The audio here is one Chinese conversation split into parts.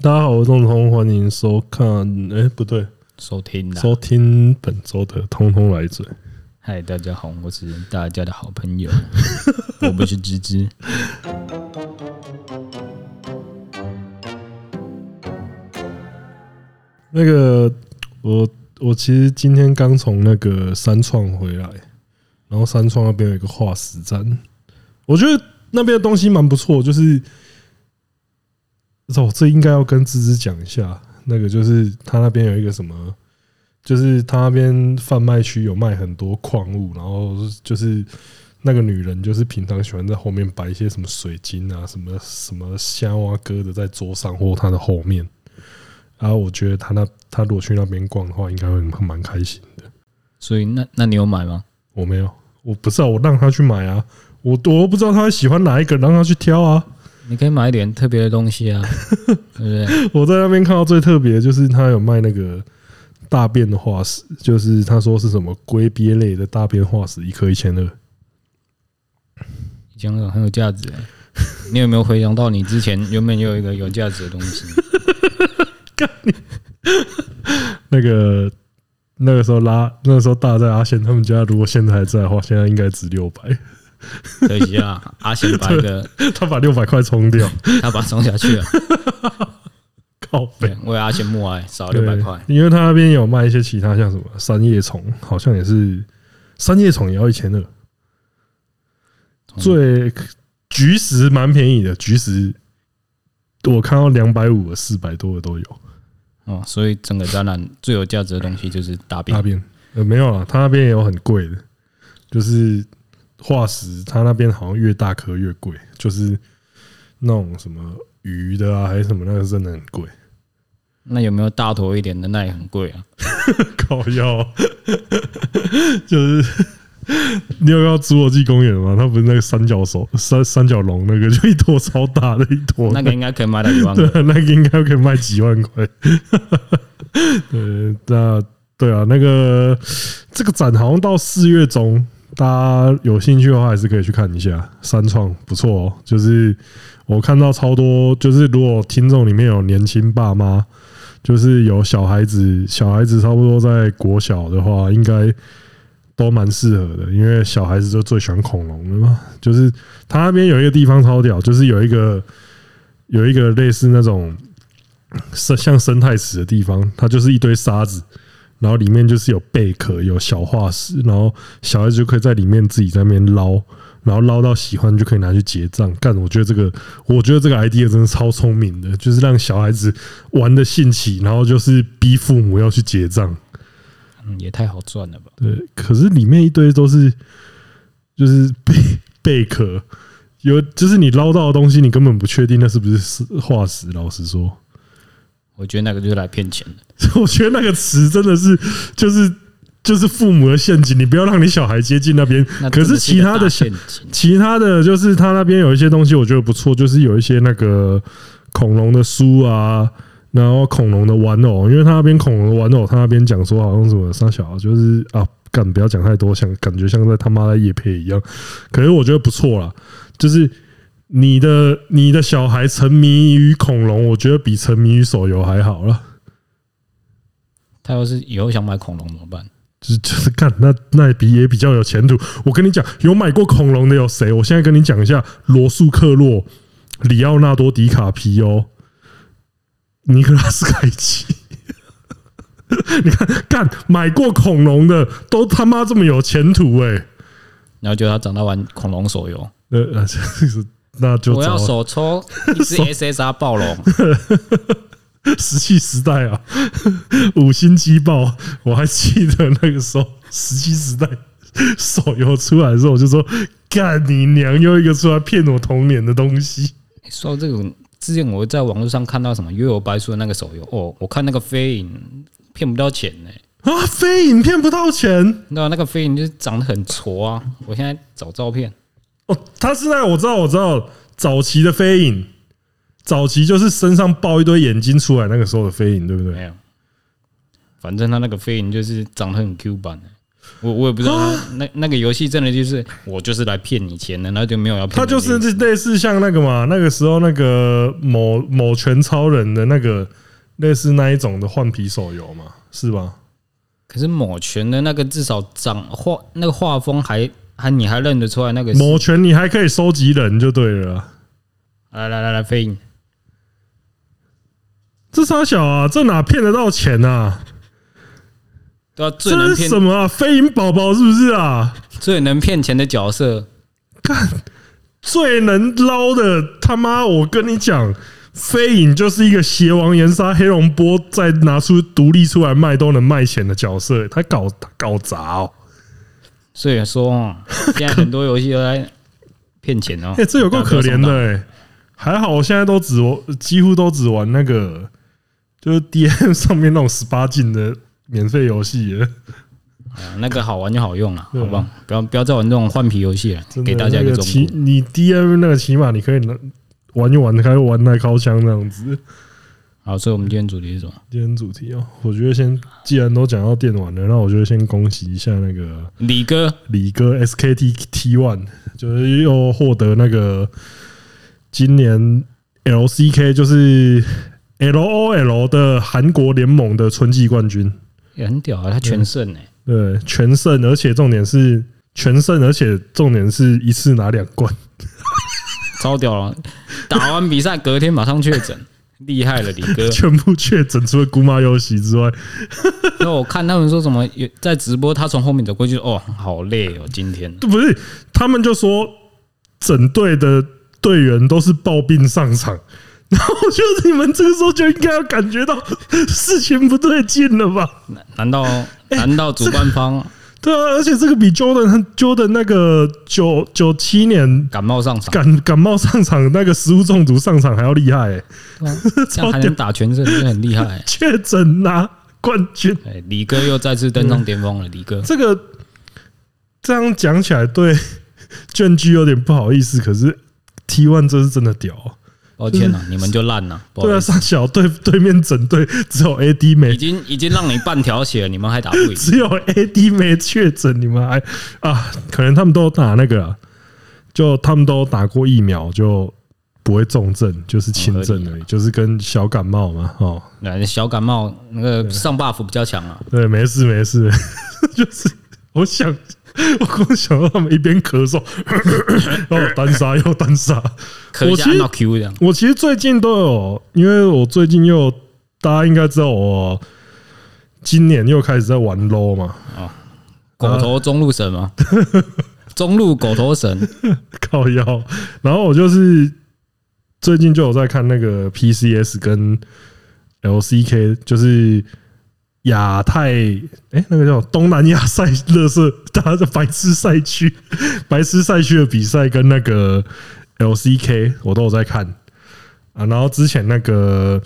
大家好，我是通通，欢迎收看，不对， 收听本周的通通来嘴。 嗨，大家好，我是大家的好朋友，我不是芝芝。 那个，我其实今天刚从那个三创回来，然后三创那边有一个化石站，我觉得那边的东西蛮不错，就是这应该要跟芝芝讲一下，那个就是他那边有一个什么，就是他那边贩卖区有卖很多矿物，然后就是那个女人就是平常喜欢在后面摆一些什么水晶啊，什么虾蛙哥的在桌上或他的后面。然后我觉得他如果去那边逛的话，应该会蛮开心的。 所以那你有买吗？ 我没有，我不知道，我让他去买啊，我不知道他喜欢哪一个，让他去挑啊。 你可以买一点特别的东西啊，对不对？ 我在那边看到最特别的就是他有卖那个大便的化石，就是他说是什么龟鳖类的大便化石，一颗1200。 讲的很有价值。你有没有回想到你之前原本有一个有价值的东西？ 那个时候大在阿贤他们家，如果现在还在的话，现在应该值600。 可惜啊，阿贤把一个他把600块冲掉， 他把它冲下去了。 靠北， 为阿贤默哀，少600块。 因为他那边有卖一些其他像什么三叶虫，好像也是三叶虫也要1200。最菊石蛮便宜的，菊石我看到250、400多的都有。 哦，所以整个展览最有价值的东西就是大便。 大便没有啦，他那边也有很贵的，就是化石，他那边好像越大颗越贵，就是那种什么鱼的啊，还是什么，那个真的很贵。 那有没有大头一点的？那也很贵啊。 靠腰，就是你有要侏罗纪公园吗？它不是那个三角龙那个，就一坨超大的一坨， 那个应该可以卖到1万块。 对，那个应该可以卖几万块。对啊，那个这个展好像到4月中，大家有兴趣的话还是可以去看一下。三创不错哦，就是我看到超多，就是如果听众里面有年轻爸妈，就是有小孩子差不多在国小的话，应该都蛮适合的，因为小孩子就最喜欢恐龙了嘛。就是他那边有一个地方超屌，就是有一个类似那种像生态池的地方，它就是一堆沙子，然后里面就是有贝壳、有小化石，然后小孩子就可以在里面自己在那边捞，然后捞到喜欢就可以拿去结账。我觉得这个 idea 真的超聪明的，就是让小孩子玩的兴起，然后就是逼父母要去结账。 也太好赚了吧？ 对，可是里面一堆都是就是贝壳，就是你捞到的东西，你根本不确定那是不是化石。老实说， 我觉得那个就是来骗钱的。 我觉得那个词真的是就是父母的陷阱，你不要让你小孩接近那边。可是其他的就是他那边有一些东西，我觉得不错，就是有一些那个恐龙的书啊。然后恐龙的玩偶，因为他那边恐龙的玩偶，他那边讲说好像什么三小，就是不要讲太多，感觉像在他妈在业配一样。可是我觉得不错啦，就是你的小孩沉迷于恐龙，我觉得比沉迷于手游还好啦。 他要是以后想买恐龙怎么办？ 就是干那也比较有前途。我跟你讲，有买过恐龙的有谁？我现在跟你讲一下：罗素克洛、里奥纳多·迪卡皮欧、尼克拉斯凯奇。你看，干买过恐龙的都他妈这么有前途然后就他长大玩恐龙手游， 那就我要手抽一只 SSR 暴龙。 石器时代啊，5星击爆！我还记得那个时候，石器时代手游出来的时候，我就说：“干你娘！又一个出来骗我童年的东西。” 说到这个，之前我在网络上看到什么约我白书的那个手游哦，我看那个飞影骗不到钱飞影骗不到钱？ 那个飞影就是长得很矬啊！我现在找照片哦，他是那个我知道，早期的飞影。早期就是身上爆一堆眼睛出来，那个时候的飞影，对不对？ 没有，反正他那个飞影就是长得很 Q 版我也不知道那个游戏真的就是我就是来骗你钱的，那就没有要骗。 他就是类似像那个嘛，那个时候那个某拳超人的那个类似那一种的换皮手游嘛，是吧？ 可是某拳的那个至少那个画风你还认得出来那个某拳，你还可以收集人就对了啦。 来飞影， 这啥小啊？这哪骗得到钱啊？ 对啊，最能骗这是什么啊？飞影宝宝是不是啊？ 最能骗钱的角色， 干最能捞的他妈！我跟你讲，飞影就是一个邪王岩杀黑龙波，再拿出独立出来卖都能卖钱的角色，他搞砸哦。 所以说现在很多游戏都在骗钱哦。 这有够可怜的还好我现在几乎都只玩那个，就是 DM 上面那种18禁的免费游戏了。 那个好玩就好用了，好不好？不要再玩这种换皮游戏了，给大家一个忠告。 你 DM 那个起码你可以玩一玩，开始玩那靠枪这样子。 好，所以我们今天主题是什么？ 今天主题我觉得既然都讲到电玩了，那我觉得先恭喜一下那个李哥 SKT T1， 就是又获得那个今年 LCK 就是 LOL 的韩国联盟的春季冠军， 也很屌啊，他全胜对，全胜，而且重点是一次拿2冠， 超屌了！打完比赛隔天马上确诊。厉害了，李哥！ 全部确诊，除了姑妈游戏之外。 那我看他们说什么在直播，他从后面走过去，哦，好累哦，今天不是他们就说整队的队员都是抱病上场，然后我觉得你们这个时候就应该要感觉到事情不对劲了吧？ 难道主办方？ 对啊，而且这个比 Jordan 那个97年感冒上场， 感冒上场那个食物中毒上场还要厉害这样还能打全胜，真的很厉害确诊拿冠军， 李哥又再次登上巅峰了。李哥， 这样讲起来对卷居有点不好意思，可是 T1 这是真的屌。 哦天哪，你们就烂了！ 对啊，上小对面整队只有 AD 没， 已经让你半条血了，你们还打不赢。 只有 AD 没确诊，你们还可能他们都打那个就他们都打过疫苗，就不会重症，就是轻症而已，就是跟小感冒嘛。 小感冒那个上 buff 比较强啊。 对，没事，就是我光想到他们一边咳嗽，单杀又单杀，我其实最近都有，因为我最近大家应该知道我今年又开始在玩 LOL 嘛， 狗头中路神嘛，中路狗头神靠腰，然后我就是最近就有在看那个 PCS 跟 LCK， 就是亚太那个叫东南亚赛乐色，大家的白痴赛区的比赛跟那个 LCK 我都有在看然后之前那个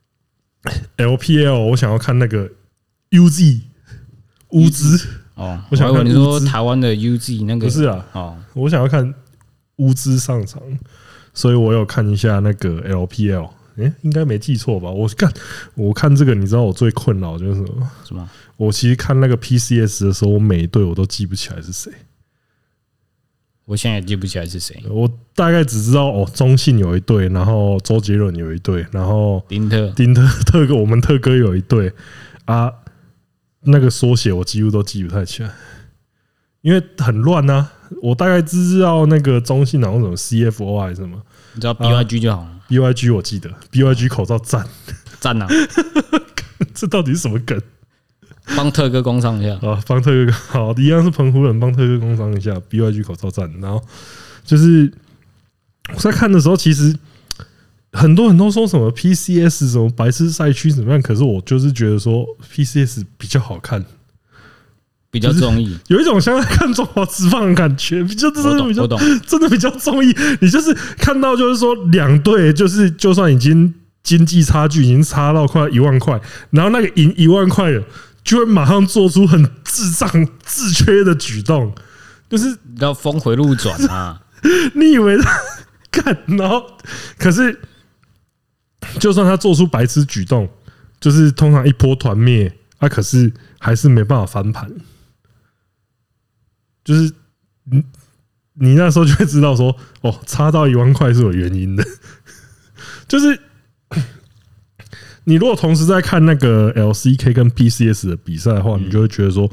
LPL 我想要看那个 UZ 乌兹我想问你说台湾的 UZ 那个不是我想要看乌兹上场，所以我有看一下那个 LPL。应该没记错吧？我看这个，你知道我最困扰就是什么？我其实看那个 PCS 的时候，我每一队我都记不起来是谁。 我现在也记不起来是谁。 我大概只知道中信有一队，然后周杰伦有一队，然后丁特哥我们特哥有一队那个缩写我几乎都记不太起来，因为很乱啊。我大概只知道那个中信好像什么 CFO 还是什么， 你知道 BYG 就好了。 BYG 我记得 BYG 口罩赞啊！ 这到底是什么梗？ 帮特哥工商一下帮特哥好，一样是澎湖人，帮特哥工商一下 BYG 口罩赞。然后就是我在看的时候，其实很多人都说什么 PCS 什么白痴赛区怎么样，可是我就是觉得说 PCS 比较好看。 比较综艺， 有一种像在看中华职棒的感觉，真的比较综艺。你就是看到，就是说两队，就算已经经济差距已经差到快1万块，然后那个赢1万块的，就会马上做出很智障、自缺的举动，就是要峰回路转啊！ 你以为他干，然后可是就算他做出白痴举动，就是通常一波团灭，可是还是没办法翻盘。 就是你那时候就会知道说，哦，差到1万块是有原因的，就是你如果同时在看那个 LCK 跟 PCS 的比赛的话，你就会觉得说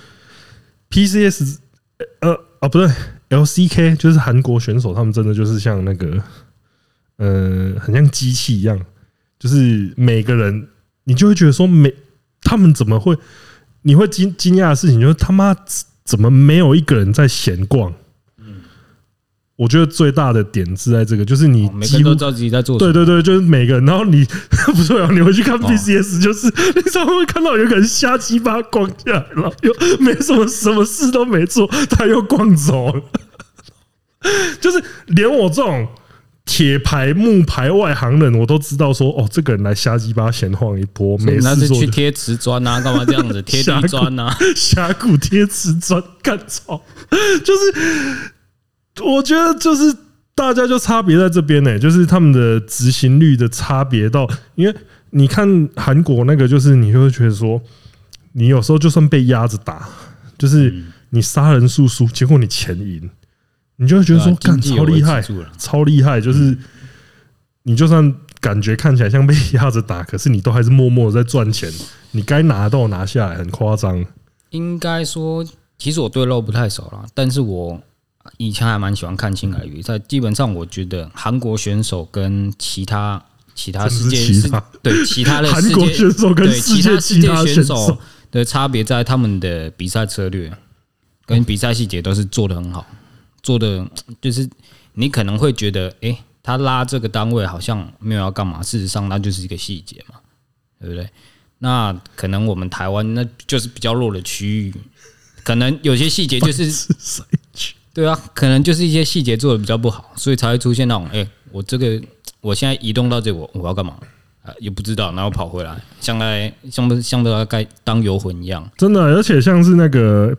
PCS 不对 LCK 就是韩国选手，他们真的就是像那个很像机器一样，就是每个人你就会觉得说他们怎么会，你会惊讶的事情就是他妈怎么没有一个人在闲逛。我觉得最大的点是在这个，就是你每个人都知道自己在做什么。 对对对，就是每个人。然后你不是你会去看 PCS， 就是你常常会看到有个人瞎鸡巴逛下来，然后又没什么事都没做，他又逛走了。就是连我这种铁牌木牌外行人，我都知道说，哦，这个人来瞎鸡巴闲晃一波，没事做。 去贴瓷砖啊，干嘛这样子贴地砖啊？ 峡谷贴瓷砖，干操！就是我觉得就是大家就差别在这边呢，就是他们的执行率的差别到，因为你看韩国那个，就是你会觉得说，你有时候就算被压着打，就是你杀人数输，结果你钱赢。你就会觉得说，干超厉害，超厉害！就是你就算感觉看起来像被压着打，可是你都还是默默的在赚钱，你该拿都拿下来，很夸张。 应该说，其实我对肉不太熟啦，但是我以前还蛮喜欢看青海比赛。基本上，我觉得韩国选手跟其他世界对其他的韩国选手跟其他世界选手的差别在他们的比赛策略跟比赛细节都是做得很好。做的就是你可能会觉得，他拉这个单位好像没有要干嘛，事实上那就是一个细节嘛，对不对？那可能我们台湾那就是比较弱的区域，可能有些细节就是对啊，可能就是一些细节做的比较不好，所以才会出现那种，我现在移动到这我要干嘛？也不知道，然后跑回来，像在该当游魂一样， 真的。而且像是那个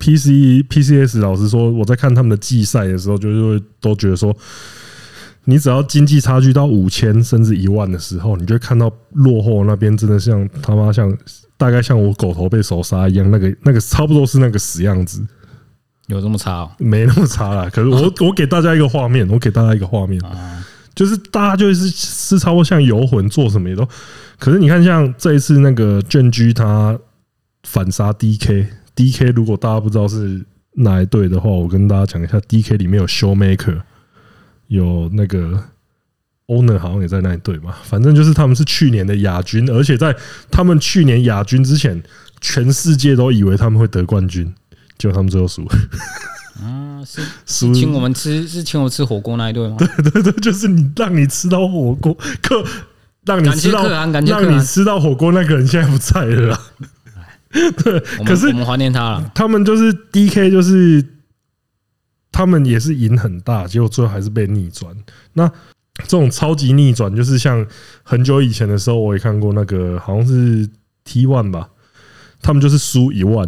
PCS， 老实说，我在看他们的季赛的时候，就是会都觉得说，你只要经济差距到5000甚至1万的时候，你就会看到落后那边真的像他妈大概像我狗头被手杀一样，那个差不多是那个死样子。 有这么差哦？ 没那么差啦。可是我给大家一个画面，就是大家就是差不多像游魂做什么也都，可是你看像这一次那个卷居他反杀 DK， 如果大家不知道是哪一队的话，我跟大家讲一下 ，DK 里面有 Showmaker， 有那个 Owner 好像也在那一队嘛，反正就是他们是去年的亚军，而且在他们去年亚军之前，全世界都以为他们会得冠军，结果他们最后输了。 是请我吃火锅那一队吗？ 对对对，就是让你吃到火锅，让你吃到火锅那个人现在不在了啦。对，可是我们怀念他了。 他们就是 DK， 就是他们也是赢很大，结果最后还是被逆转。那这种超级逆转，就是像很久以前的时候，我也看过那个好像是 T1 吧，他们就是输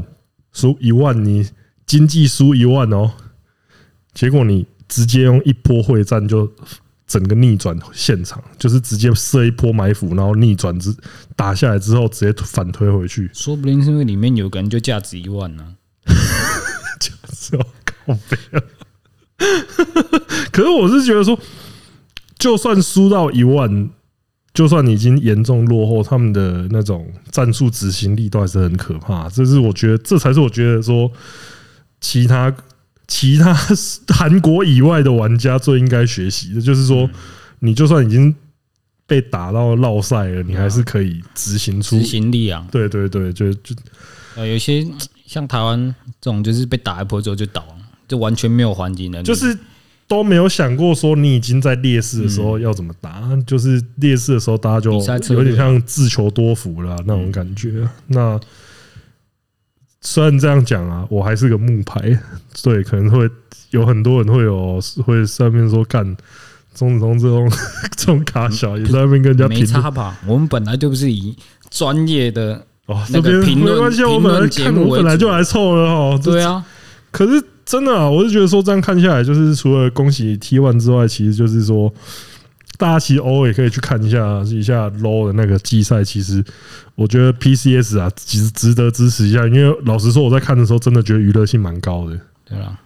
1万，你经济输1万哦，结果你直接用一波会战就整个逆转现场，就是直接设一波埋伏，然后逆转打下来之后直接反推回去。 说不定是因为里面有个人就价值1万呢、 价值靠北啊！可是我是觉得说，就算输到1万，就算你已经严重落后，他们的那种战术执行力都还是很可怕。这才是我觉得说。其他韩国以外的玩家最应该学习的，就是说，你就算已经被打到落赛了，你还是可以执行力啊。 对对对， 有些像台湾这种，就是被打一波之后就倒了，就完全没有还击能力， 就是都没有想过说你已经在劣势的时候要怎么打，就是劣势的时候大家就有点像自求多福了那种感觉。那虽然这样讲啊，我还是个木牌，所以可能会有很多人会上面说干钟子通这种卡小也在那边跟人家评论， 没差吧？我们本来就不是以专业的那个评论节目我本来就来凑了哈。 对啊， 可是真的啊，我是觉得说这样看下来，就是除了恭喜 T1 之外，其实就是说。大家其实偶尔也可以去看一下 LOL 的那个季赛，其实我觉得 PCS 啊，其实值得支持一下，因为老实说我在看的时候，真的觉得娱乐性蛮高的。 对啦，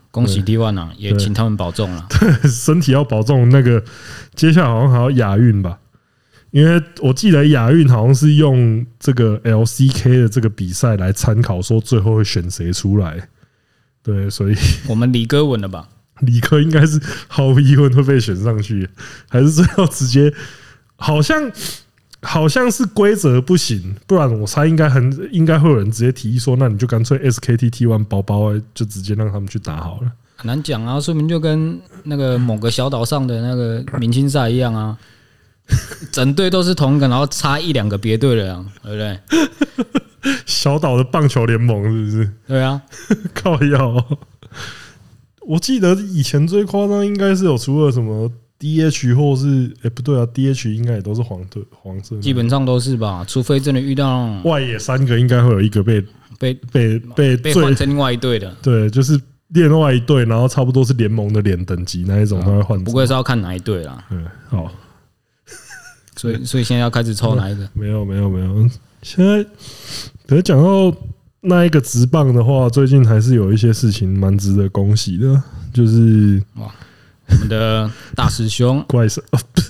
恭喜 T1 啊，也请他们保重了。 身体要保重。那个接下来好像还要亚运吧，因为我记得亚运好像是用这个 LCK 的这个比赛来参考，说最后会选谁出来。对，所以我们李哥稳了吧？ 李哥应该是毫无疑问会被选上去，还是最后直接好像是规则不行，不然我猜应该会有人直接提议说，那你就干脆 SKT T1 包就直接让他们去打好了。 很难讲啊，说明就跟那个某个小岛上的那个明星赛一样啊，整队都是同一个，然后差1-2个别队的啊，对不对？ 小岛的棒球联盟是不是？ 对啊， 靠腰。我记得以前最夸张应该是有出了什么 DH 或是不对啊 ，DH 应该也都是黄色， 基本上都是吧，除非真的遇到外野3个，应该会有1个被换成另外一队的。 对，就是另外一队，然后差不多是联盟的连等级那一种，他会换。 不过是要看哪一队啦。 好。 所以现在要开始抽哪一个？ 没有。现在可是讲到那一个职棒的话，最近还是有一些事情蛮值得恭喜的，就是哇，我们的大师兄怪兽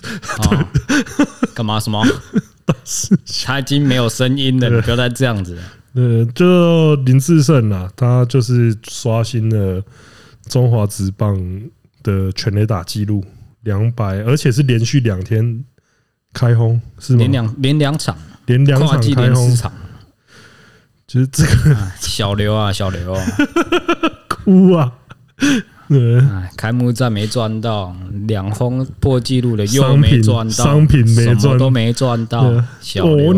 干嘛什么？ 大师兄他已经没有声音了，你不要再这样子了。 就林智胜啦，他就是刷新了中华职棒的全垒打纪录200，而且是连续2天开轰，是吗？ 连两场跨季连4场。 就是这个小刘啊， 哭啊！ 开幕战没赚到2轰破纪录的又没赚到， 商品没赚， 什么都没赚到。小刘，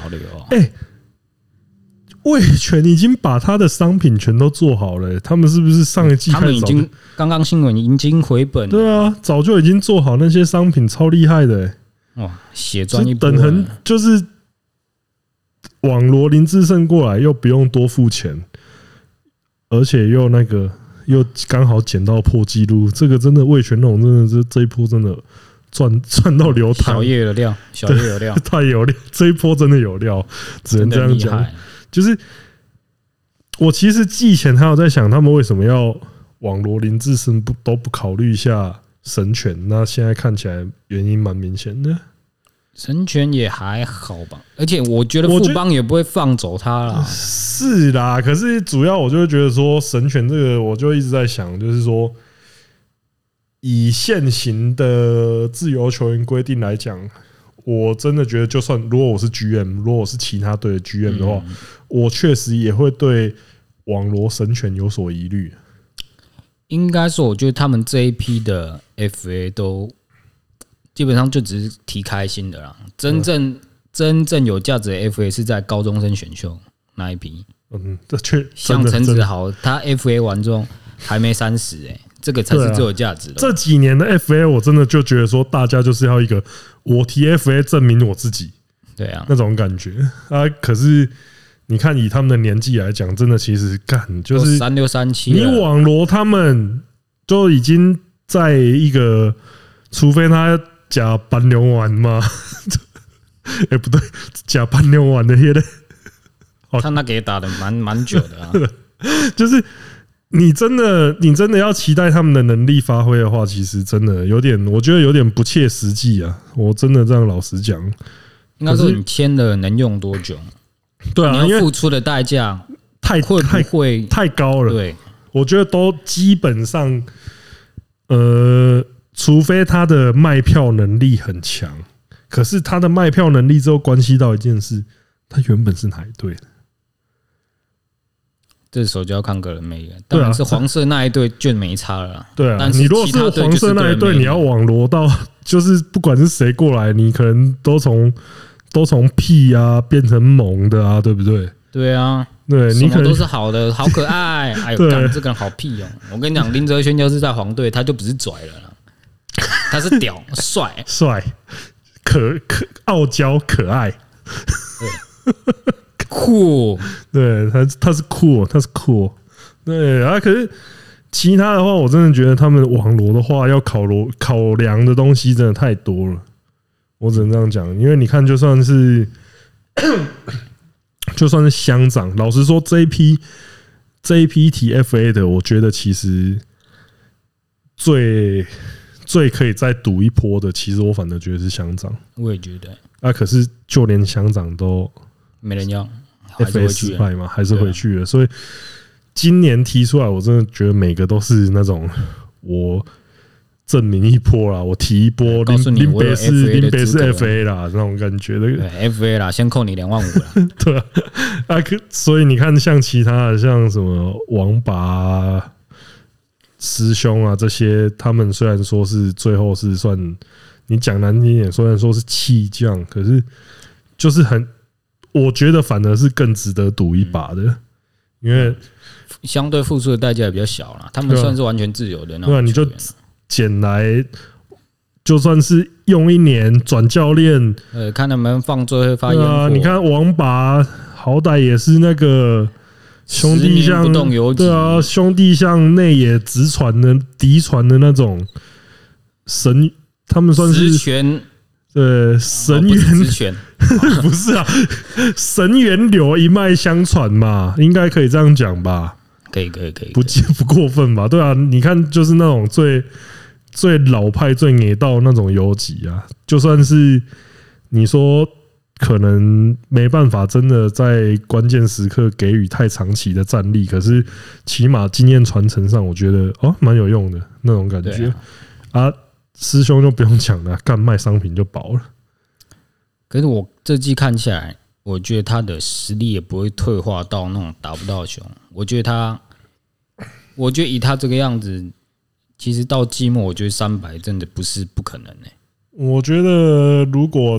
味全已经把他的商品全都做好了，他们是不是上一季他们已经刚刚新闻已经回本了？ 对啊，早就已经做好那些商品，超厉害的。 哇，血赚一波， 等很就是网罗林智胜过来，又不用多付钱，而且又刚好捡到破纪录，这个真的味全龙真的是这一波真的赚到流淌， 小叶有料， 太有料，这一波真的有料，只能这样讲。就是我其实季前还有在想，他们为什么要网罗林智胜都不考虑一下神拳？那现在看起来原因蛮明显的。 神拳也还好吧，而且我觉得富邦也不会放走他啦。 是啦，可是主要我就会觉得说神拳这个，我就一直在想，就是说以现行的自由球员规定来讲，我真的觉得，就算如果我是 GM， 如果我是其他队的 GM 的话，我确实也会对网罗神拳有所疑虑。 应该说，我觉得他们这一批的 FA 都基本上就只是提开心的啦。真正有价值的 FA 是在高中生选秀那一批。 这像陈子豪，他 FA 完之后还没30，这个才是最有价值的。 这几年的 FA， 我真的就觉得说，大家就是要一个我提 FA 证明我自己， 对啊， 那种感觉啊。可是你看，以他们的年纪来讲，真的其实就是 36、37， 你网罗他们就已经在一个，除非他假搬流丸嘛，不对，假搬流丸的那个， 他那个也打的蛮久的啊， 就是你真的要期待他们的能力发挥的话，其实真的有点，我觉得有点不切实际啊。我真的这样老实讲， 应该说你签了能用多久？ 对啊， 你要付出的代价太高了。 对， 我觉得都基本上，除非他的卖票能力很强，可是他的卖票能力之后关系到一件事，他原本是哪一队的？ 这时候就要看个人魅力，当然是黄色那一队就没差了啦。 对啊，你如果是黄色那一队，你要网罗到，就是不管是谁过来，你可能都从屁啊变成萌的啊，对不对？ 对啊， 对，你可能都是好的，好可爱。哎呦，这个人好屁哦！我跟你讲，林哲轩要是在黄队，他就不是拽了啦，他是屌帅， 傲娇可爱， 对，酷， 对他是酷，对啊。可是其他的话，我真的觉得他们网罗的话，要考量的东西真的太多了。我只能这样讲，因为你看，就算是乡长，老实说，这一批提 FA 的，我觉得其实最可以再赌一波的，其实我反而觉得是乡长。 我也觉得。 可是就连乡长都没人要 ，FA 失败嘛，还是回去了。所以今年提出来，我真的觉得每个都是那种我证明一波啦，我提一波，林北是 FA 啦，那种感觉。 对 FA 啦，先扣你25000啦。 对啊，所以你看，像其他的，像什么王拔、师兄啊这些，他们虽然说是最后是算。你讲难听一点，虽然说是弃将，可是就是我觉得反而是更值得赌一把的，因为相对付出的代价也比较小啦。他们算是完全自由的那种。 对啊，你就捡来，就算是用1年转教练， 看他们放最会发烟火。 你看王拔好歹也是那个兄弟像，对啊，兄弟像内野直传的、嫡传的那种神。他们算是神源，不是啊，神源流一脉相传嘛，应该可以这样讲吧？ 可以， 不过分吧？对啊，你看，就是那种最老派、最野道那种游击啊，就算是你说可能没办法，真的在关键时刻给予太长期的战力，可是起码经验传承上，我觉得蛮有用的那种感觉啊。师兄就不用讲了，干卖商品就饱了。 可是我这季看下来，我觉得他的实力也不会退化到那种打不到球。我觉得以他这个样子，其实到季末，我觉得300真的不是不可能我觉得如果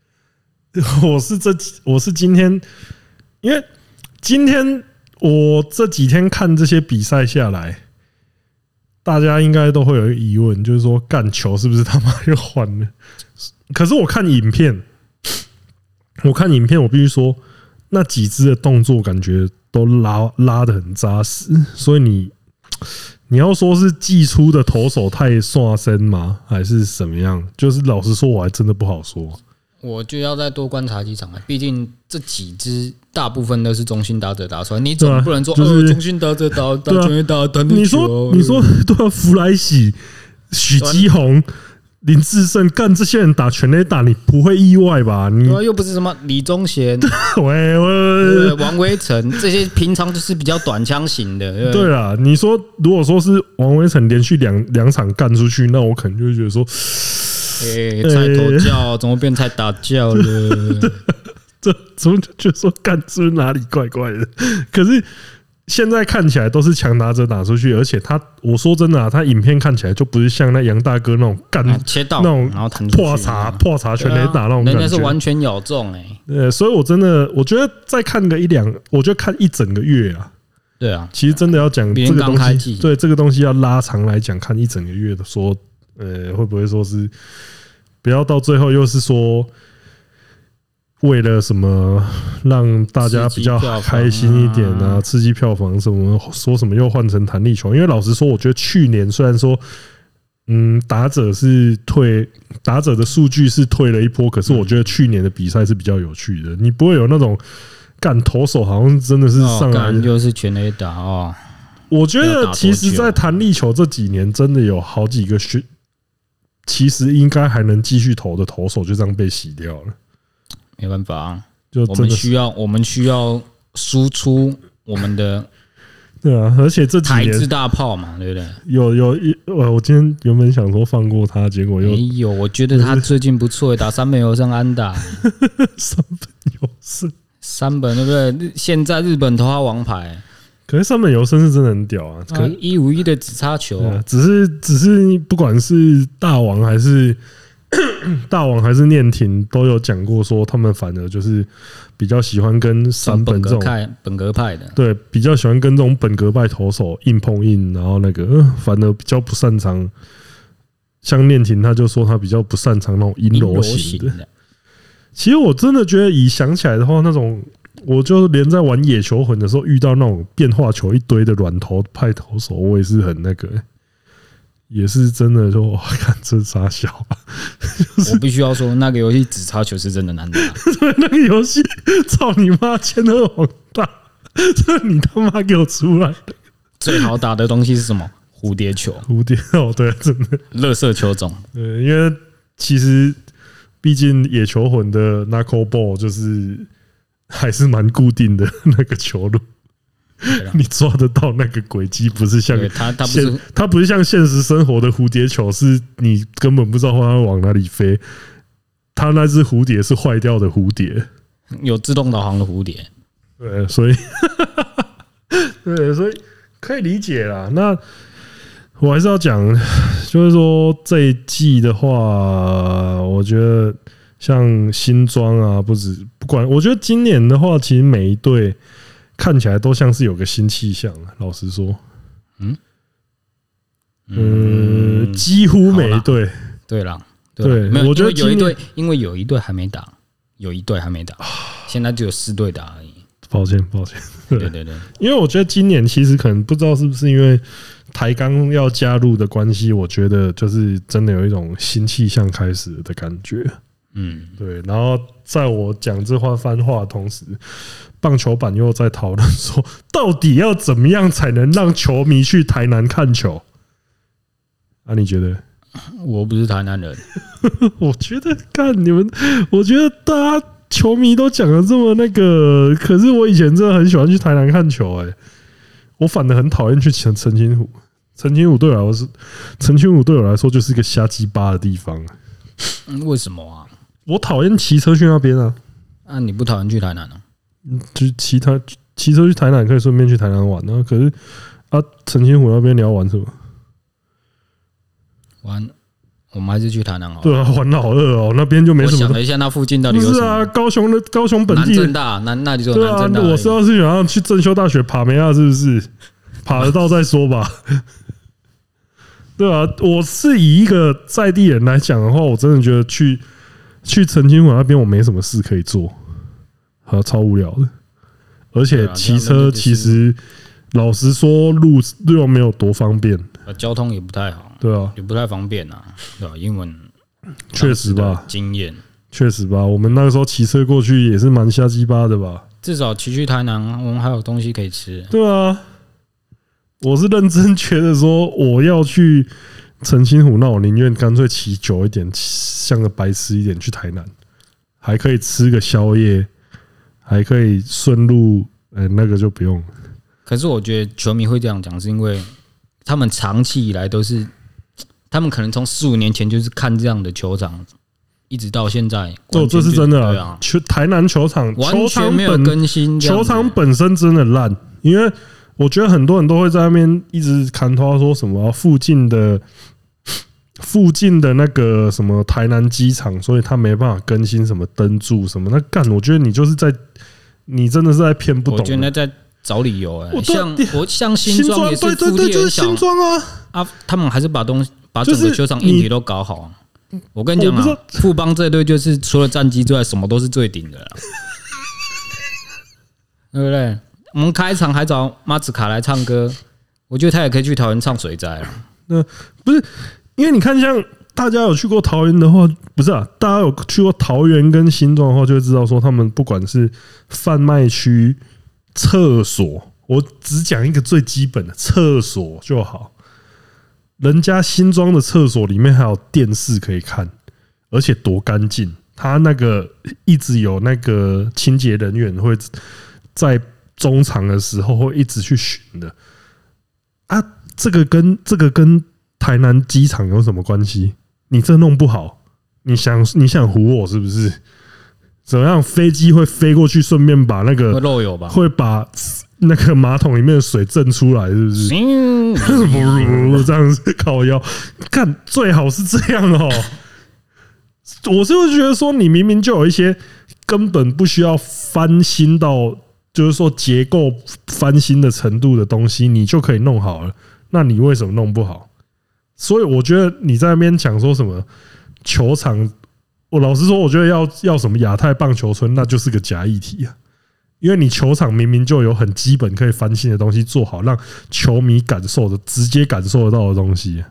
我是今天，因为今天我这几天看这些比赛下来。大家应该都会有一个疑问，就是说干球是不是他妈又换了？可是我看影片，我必须说那几支的动作感觉都拉得很扎实，所以你要说是季初的投手太刷身吗？还是什么样？就是老实说，我还真的不好说。 我就要再多观察几场，毕竟这几支大部分都是中心打者打出来，你总不能说中心打者打全垒打弹力球。 你说对啊，弗莱喜、许基宏、林智胜干这些人打全垒打，你不会意外吧？你又不是什么李宗贤、王威成这些平常就是比较短枪型的。 对啦，你说如果说是王威成连续两场干出去，那我可能就会觉得说。 菜头教怎么变菜打教了？ 这怎么就觉得说干是不是哪里怪怪的？可是现在看起来都是强打者打出去，而且我说真的啊，他影片看起来就不是像那杨大哥那种干切到那种然后弹破茶全垒打那种感觉， 人家是完全咬中所以我真的我觉得再看个我觉得看一整个月啊。 对啊， 其实真的要讲这个东西，对这个东西要拉长来讲，看一整个月的说。会不会说是不要到最后又是说为了什么让大家比较开心一点啊，刺激票房什么说什么又换成弹力球？因为老实说，我觉得去年虽然说打者的数据是退了一波，可是我觉得去年的比赛是比较有趣的，你不会有那种干投手好像真的是上来就是全垒打哦。 我觉得其实，在弹力球这几年，真的有好几个其实应该还能继续投的投手就这样被洗掉了， 没办法啊， 就我们需要输出我们的对啊，而且这几年台资大炮嘛，对不对？ 我今天原本想说放过他，结果又没有。我觉得他最近不错，打3本有胜安打 ，3本有胜 ，3本对不对？现在日本投他王牌。 可是3本有胜是真的很屌啊！可 151的只差球， 只是不管是大王还是念庭都有讲过，说他们反而就是比较喜欢跟3本这种本格派的， 对，比较喜欢跟这种本格派投手硬碰硬，然后那个反而比较不擅长。像念庭他就说他比较不擅长那种阴柔型的。其实我真的觉得，想起来的话，那种。我就连在玩野球魂的时候遇到那种变化球一堆的软投派投手，我也是很那个，也是真的说哇，看这傻小啊！ 我必须要说，那个游戏只差球是真的难打。 对，那个游戏，操你妈，千2黄大，这你他妈给我出来！ 最好打的东西是什么？ 蝴蝶球， 蝴蝶哦，对，真的， 垃圾球种。 对，因为其实毕竟野球魂的 knuckle ball 就是还是蛮固定的那个球路。你抓得到那个轨迹，不是像它不是像现实生活的蝴蝶球，是你根本不知道它会往哪里飞。它那只蝴蝶是坏掉的蝴蝶， 有自动导航的蝴蝶。 对，所以对，所以可以理解啦。那我还是要讲，就是说这一季的话，我觉得像新庄啊，不管，我觉得今年的话，其实每一队看起来都像是有个新气象。老实说，几乎每一队。 对啦， 对，我觉得有一队，因为有一队还没打，现在只有4队打而已。 抱歉， 对， 因为我觉得今年其实可能不知道是不是因为台钢要加入的关系，我觉得就是真的有一种新气象开始的感觉。对。然后在我讲这番话的同时，棒球版又在讨论说，到底要怎么样才能让球迷去台南看球？啊，你觉得？ 我不是台南人， 我觉得看你们，我觉得大家球迷都讲的这么那个，可是我以前真的很喜欢去台南看球，我反而很讨厌去澄清湖。澄清湖对我来说就是一个瞎鸡巴的地方。 为什么啊？ 我讨厌骑车去那边啊。 你不讨厌去台南啊？ 就骑车去台南可以顺便去台南玩啊。可是澄清湖那边你要玩什么？ 我们还是去台南好了。 对啊，玩好饿哦，那边就没什么。我想了一下，那附近到底有什么？ 不是啊，高雄本地南政大，那就有南政大。 对啊，我是要是想要去正修大学爬梅亚，是不是？爬得到再说吧。对啊，我是以一个在地人来讲的话，我真的觉得去澄清湖那边我没什么事可以做，超无聊的。而且骑车其实老实说路又没有多方便， 交通也不太好。 对啊， 也不太方便啊，对吧？英文确实吧， 经验确实吧。我们那个时候骑车过去也是蛮瞎鸡巴的吧？ 至少骑去台南，我们还有东西可以吃。 对啊，我是认真觉得说，我要去澄清湖，那我宁愿干脆骑久一点，像个白痴一点去台南，还可以吃个宵夜，还可以顺路，那个就不用了。 可是我觉得球迷会这样讲，是因为他们长期以来都是。他们可能从4-5年前就是看这样的球场，一直到现在。 这是真的啊！台南球场完全没有更新， 球场本身真的烂。因为我觉得很多人都会在那边一直砍头说什么附近的那个什么台南机场，所以他没办法更新什么灯柱什么。那干，我觉得你真的是在骗不懂。 我觉得在找理由像新庄也是腹地很小，新庄他们还是把整个球场硬体都搞好啊！我跟你讲啊，富邦这队就是除了战绩之外，什么都是最顶的啦，对不对？我们开场还找马子卡来唱歌，我觉得他也可以去桃园唱水灾了。 不是因为你看，像大家有去过桃园的话，不是啊？大家有去过桃园跟新庄的话，就会知道说，他们不管是贩卖区、厕所，我只讲一个最基本的厕所就好。人家新庄的厕所里面还有电视可以看，而且多干净。他那个一直有那个清洁人员会在中场的时候会一直去巡的啊。这个跟台南机场有什么关系？你这弄不好，你想唬我是不是？怎么样？飞机会飞过去，顺便把那个会漏油吧？ 会把那个马桶里面的水震出来，是不是？这样子靠腰，看最好是这样哦。我是会觉得说，你明明就有一些根本不需要翻新到，就是说结构翻新的程度的东西，你就可以弄好了。那你为什么弄不好？所以我觉得你在那边讲说什么球场，我老实说，我觉得要什么亚太棒球村，那就是个假议题啊。因为你球场明明就有很基本可以翻新的东西做好，让球迷直接感受得到的东西，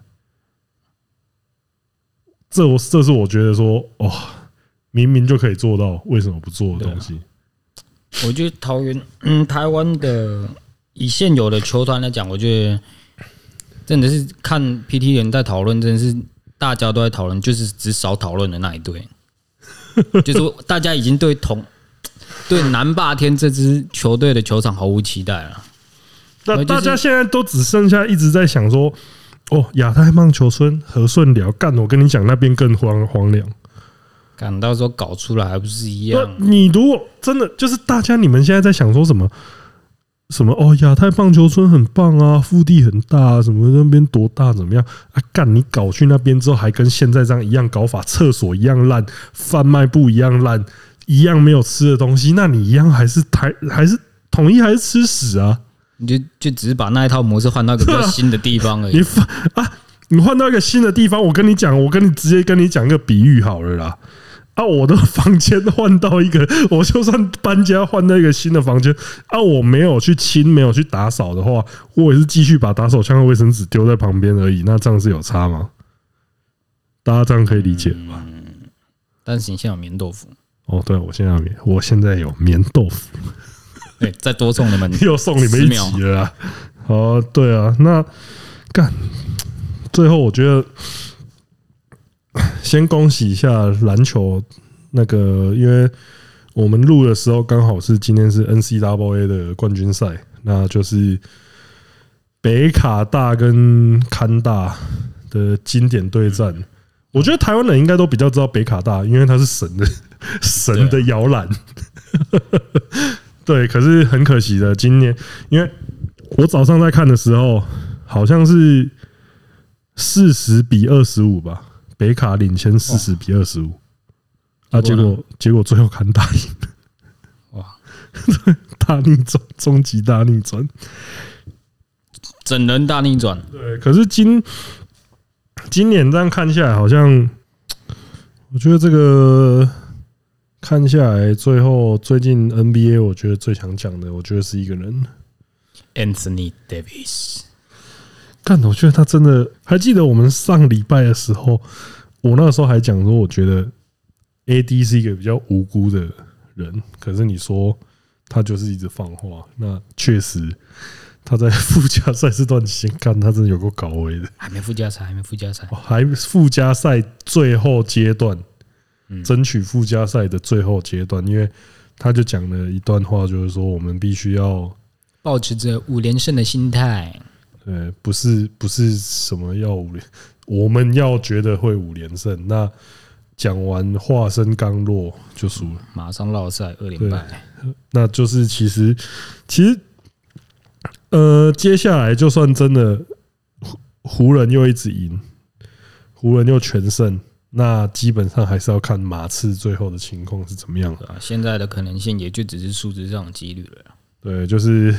这是我觉得说，明明就可以做到，为什么不做的东西？ 我觉得台湾的以现有的球团来讲，我觉得真的是看 PT 人在讨论，真的是大家都在讨论，就是只少讨论的那一队，就是大家已经对南霸天这支球队的球场毫无期待了。 那大家现在都只剩下一直在想说，哦，亚太棒球村和顺寮干，我跟你讲，那边更荒凉。 干到时候搞出来还不是一样？ 你如果真的就是大家，你们现在在想说什么？什么哦？亚太棒球村很棒啊，腹地很大啊，什么那边多大怎么样？啊，干你搞去那边之后，还跟现在这样一样搞法，厕所一样烂，贩卖部一样烂，一样没有吃的东西，那你一样还是统一还是吃屎啊？ 你就只是把那一套模式换到一个比较新的地方而已。 你换到一个新的地方，我直接跟你讲一个比喻好了啦。啊，我的房间换到一个，我就算搬家换到一个新的房间，啊，我没有去清，没有去打扫的话，我也是继续把打手枪和卫生纸丢在旁边而已。那这样是有差吗？大家这样可以理解吗？ 但是你现在有棉豆腐哦，对，我现在有棉豆腐， 对，再多送你们， 又送你们一集了啦。哦，对啊，那干，最后我觉得。先恭喜一下篮球那个，因为我们录的时候刚好是今天是 NCAA 的冠军赛，那就是北卡大跟堪大的经典对战。我觉得台湾人应该都比较知道北卡大，因为它是神的摇篮。对，可是很可惜的，今年因为我早上在看的时候，好像是40-25吧。北卡领先40-25，啊，结果最后堪大赢，哇，大逆转，终极大逆转， 整人大逆转。 对，可是今年这样看下来，好像我觉得这个看下来，最近 NBA 我觉得最想讲的，我觉得是一个人 ，Anthony Davis。 干，我觉得他真的还记得我们上礼拜的时候，我那个时候还讲说，我觉得 AD 是一个比较无辜的人，可是你说他就是一直放话，那确实他在附加赛这段期间，看他真的有够搞味的。 还没附加赛， 还附加赛最后阶段，争取附加赛的最后阶段，因为他就讲了一段话，就是说我们必须要保持着5连胜的心态。 对，不是什么要5连，我们要觉得会5连胜。那讲完话声刚落就输了， 马上落赛2连败。 那就是其实，接下来就算真的湖人又一直赢，湖人又全胜，那基本上还是要看马刺最后的情况是怎么样的。 现在的可能性也就只是数字上的几率了。 对，就是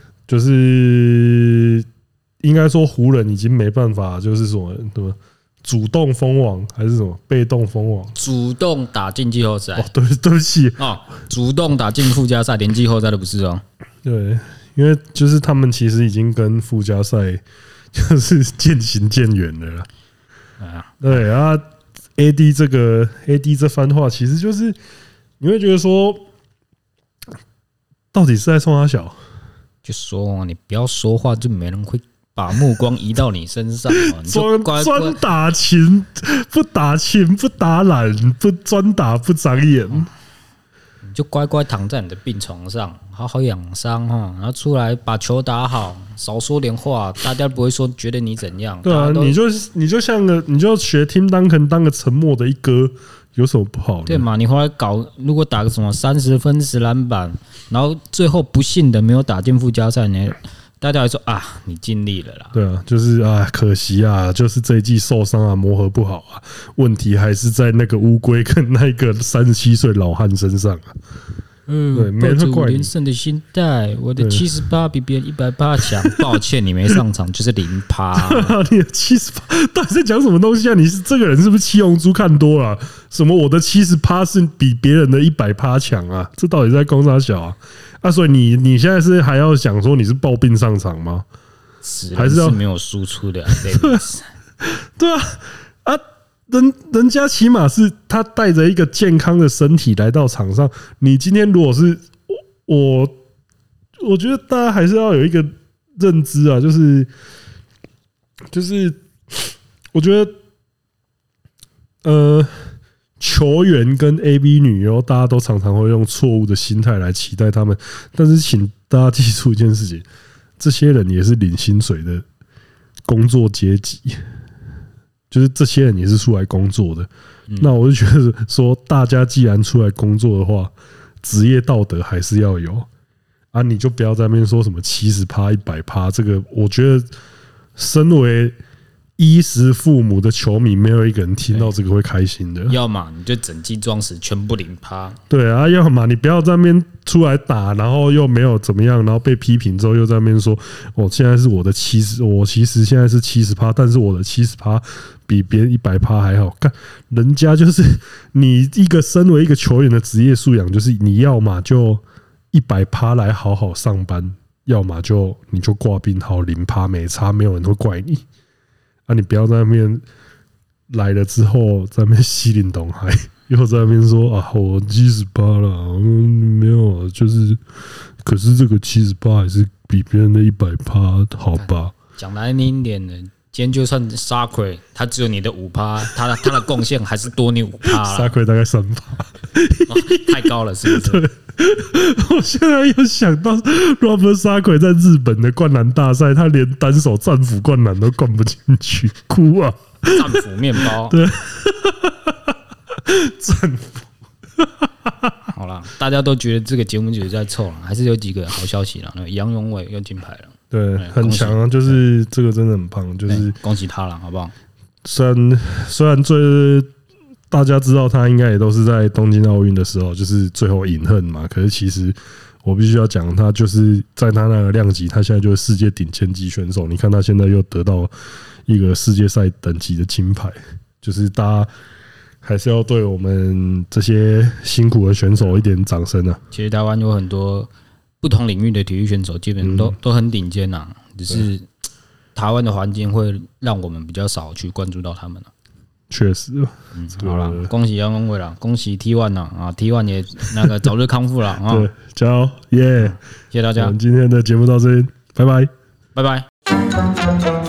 应该说湖人已经没办法，就是什么主动封王还是什么被动封王？ 主动打进季后赛。 哦，对不起哦，主动打进附加赛，连季后赛都不是哦。 对，因为就是他们其实已经跟附加赛就是渐行渐远了啦。对啊 ，AD 这番话其实就是你会觉得说，到底是在冲他小？ 就说你不要说话，就没人会把目光移到你身上。 专打勤，不打勤，不打懒，不专打不长眼。 你就乖乖躺在你的病床上，好好养伤哈，然后出来把球打好，少说点话，大家不会说觉得你怎样。 对啊，你就学 Tim Duncan 当个沉默的一哥，有什么不好？ 对嘛？你后来如果打个什么30分10篮板，然后最后不幸的没有打进附加赛呢？大家还说啊，你尽力了啦。 对啊，就是啊，可惜啊，就是这一季受伤啊，磨合不好啊，问题还是在那个乌龟跟那个37岁老汉身上啊。对，没错，怪你。5 连胜的心态，我的78比别人180强。抱歉，你没上场，就是0%。 你的78到底在讲什么东西啊？你是这个人是不是七龙珠看多了？什么我的78是比别人的100%强啊？这到底在攻啥小啊？啊，所以你现在是还要想说你是抱病上场吗？ 还是没有输出的、啊？ 对啊，啊，人家起码是他带着一个健康的身体来到场上。你今天如果是我觉得大家还是要有一个认知啊，就是就是我觉得，球员跟 AV 女优，大家都常常会用错误的心态来期待他们，但是请大家记住一件事情：这些人也是领薪水的工作阶级，就是这些人也是出来工作的。那我就觉得说，大家既然出来工作的话，职业道德还是要有啊，你就不要在那边说什么70%、100%，这个我觉得，身为衣食父母的球迷，没有一个人听到这个会开心的。 要么你就整季装死，全部0%。 对啊，要么你不要在那边出来打，然后又没有怎么样，然后被批评之后又在那边说，现在是我的70%，我其实现在是70%，但是我的70%比别人100%还好。干，人家就是你一个身为一个球员的职业素养，就是你要嘛就100%来好好上班，要么就你就挂病号0%没差，没有人会怪你。啊，你不要在那边来了之后，在那边西林东海，又在那边说啊，我70%了，没有，就是，可是这个70%还是比别人的100%好吧？ 讲难听一点的，今天就算沙奎，他只有你的5%，他的贡献还是多你5%。 沙奎大概3%， 太高了，是不是？ 我现在又想到 Robert 沙奎在日本的灌篮大赛，他连单手战斧灌篮都灌不进去，哭啊！ 战斧面包， 对，战斧。 好了，大家都觉得这个节目就是在凑了，还是有几个好消息了。杨永伟又金牌了， 对，很强啊，就是这个真的很棒，就是恭喜他了，好不好？ 虽然大家知道他应该也都是在东京奥运的时候，就是最后饮恨嘛。可是其实我必须要讲，他就是在他那个量级，他现在就是世界顶尖级选手。你看他现在又得到一个世界赛等级的金牌，就是大家还是要对我们这些辛苦的选手一点掌声啊！ 其实台湾有很多不同领域的体育选手，基本都很顶尖呐，只是台湾的环境会让我们比较少去关注到他们了。 确实， 好了，恭喜杨永伟了，恭喜 T1 了啊 ，T1 也那个早日康复了啊！ 对，加油，耶！ 谢谢大家， 我们今天的节目到这边，拜拜， 拜拜。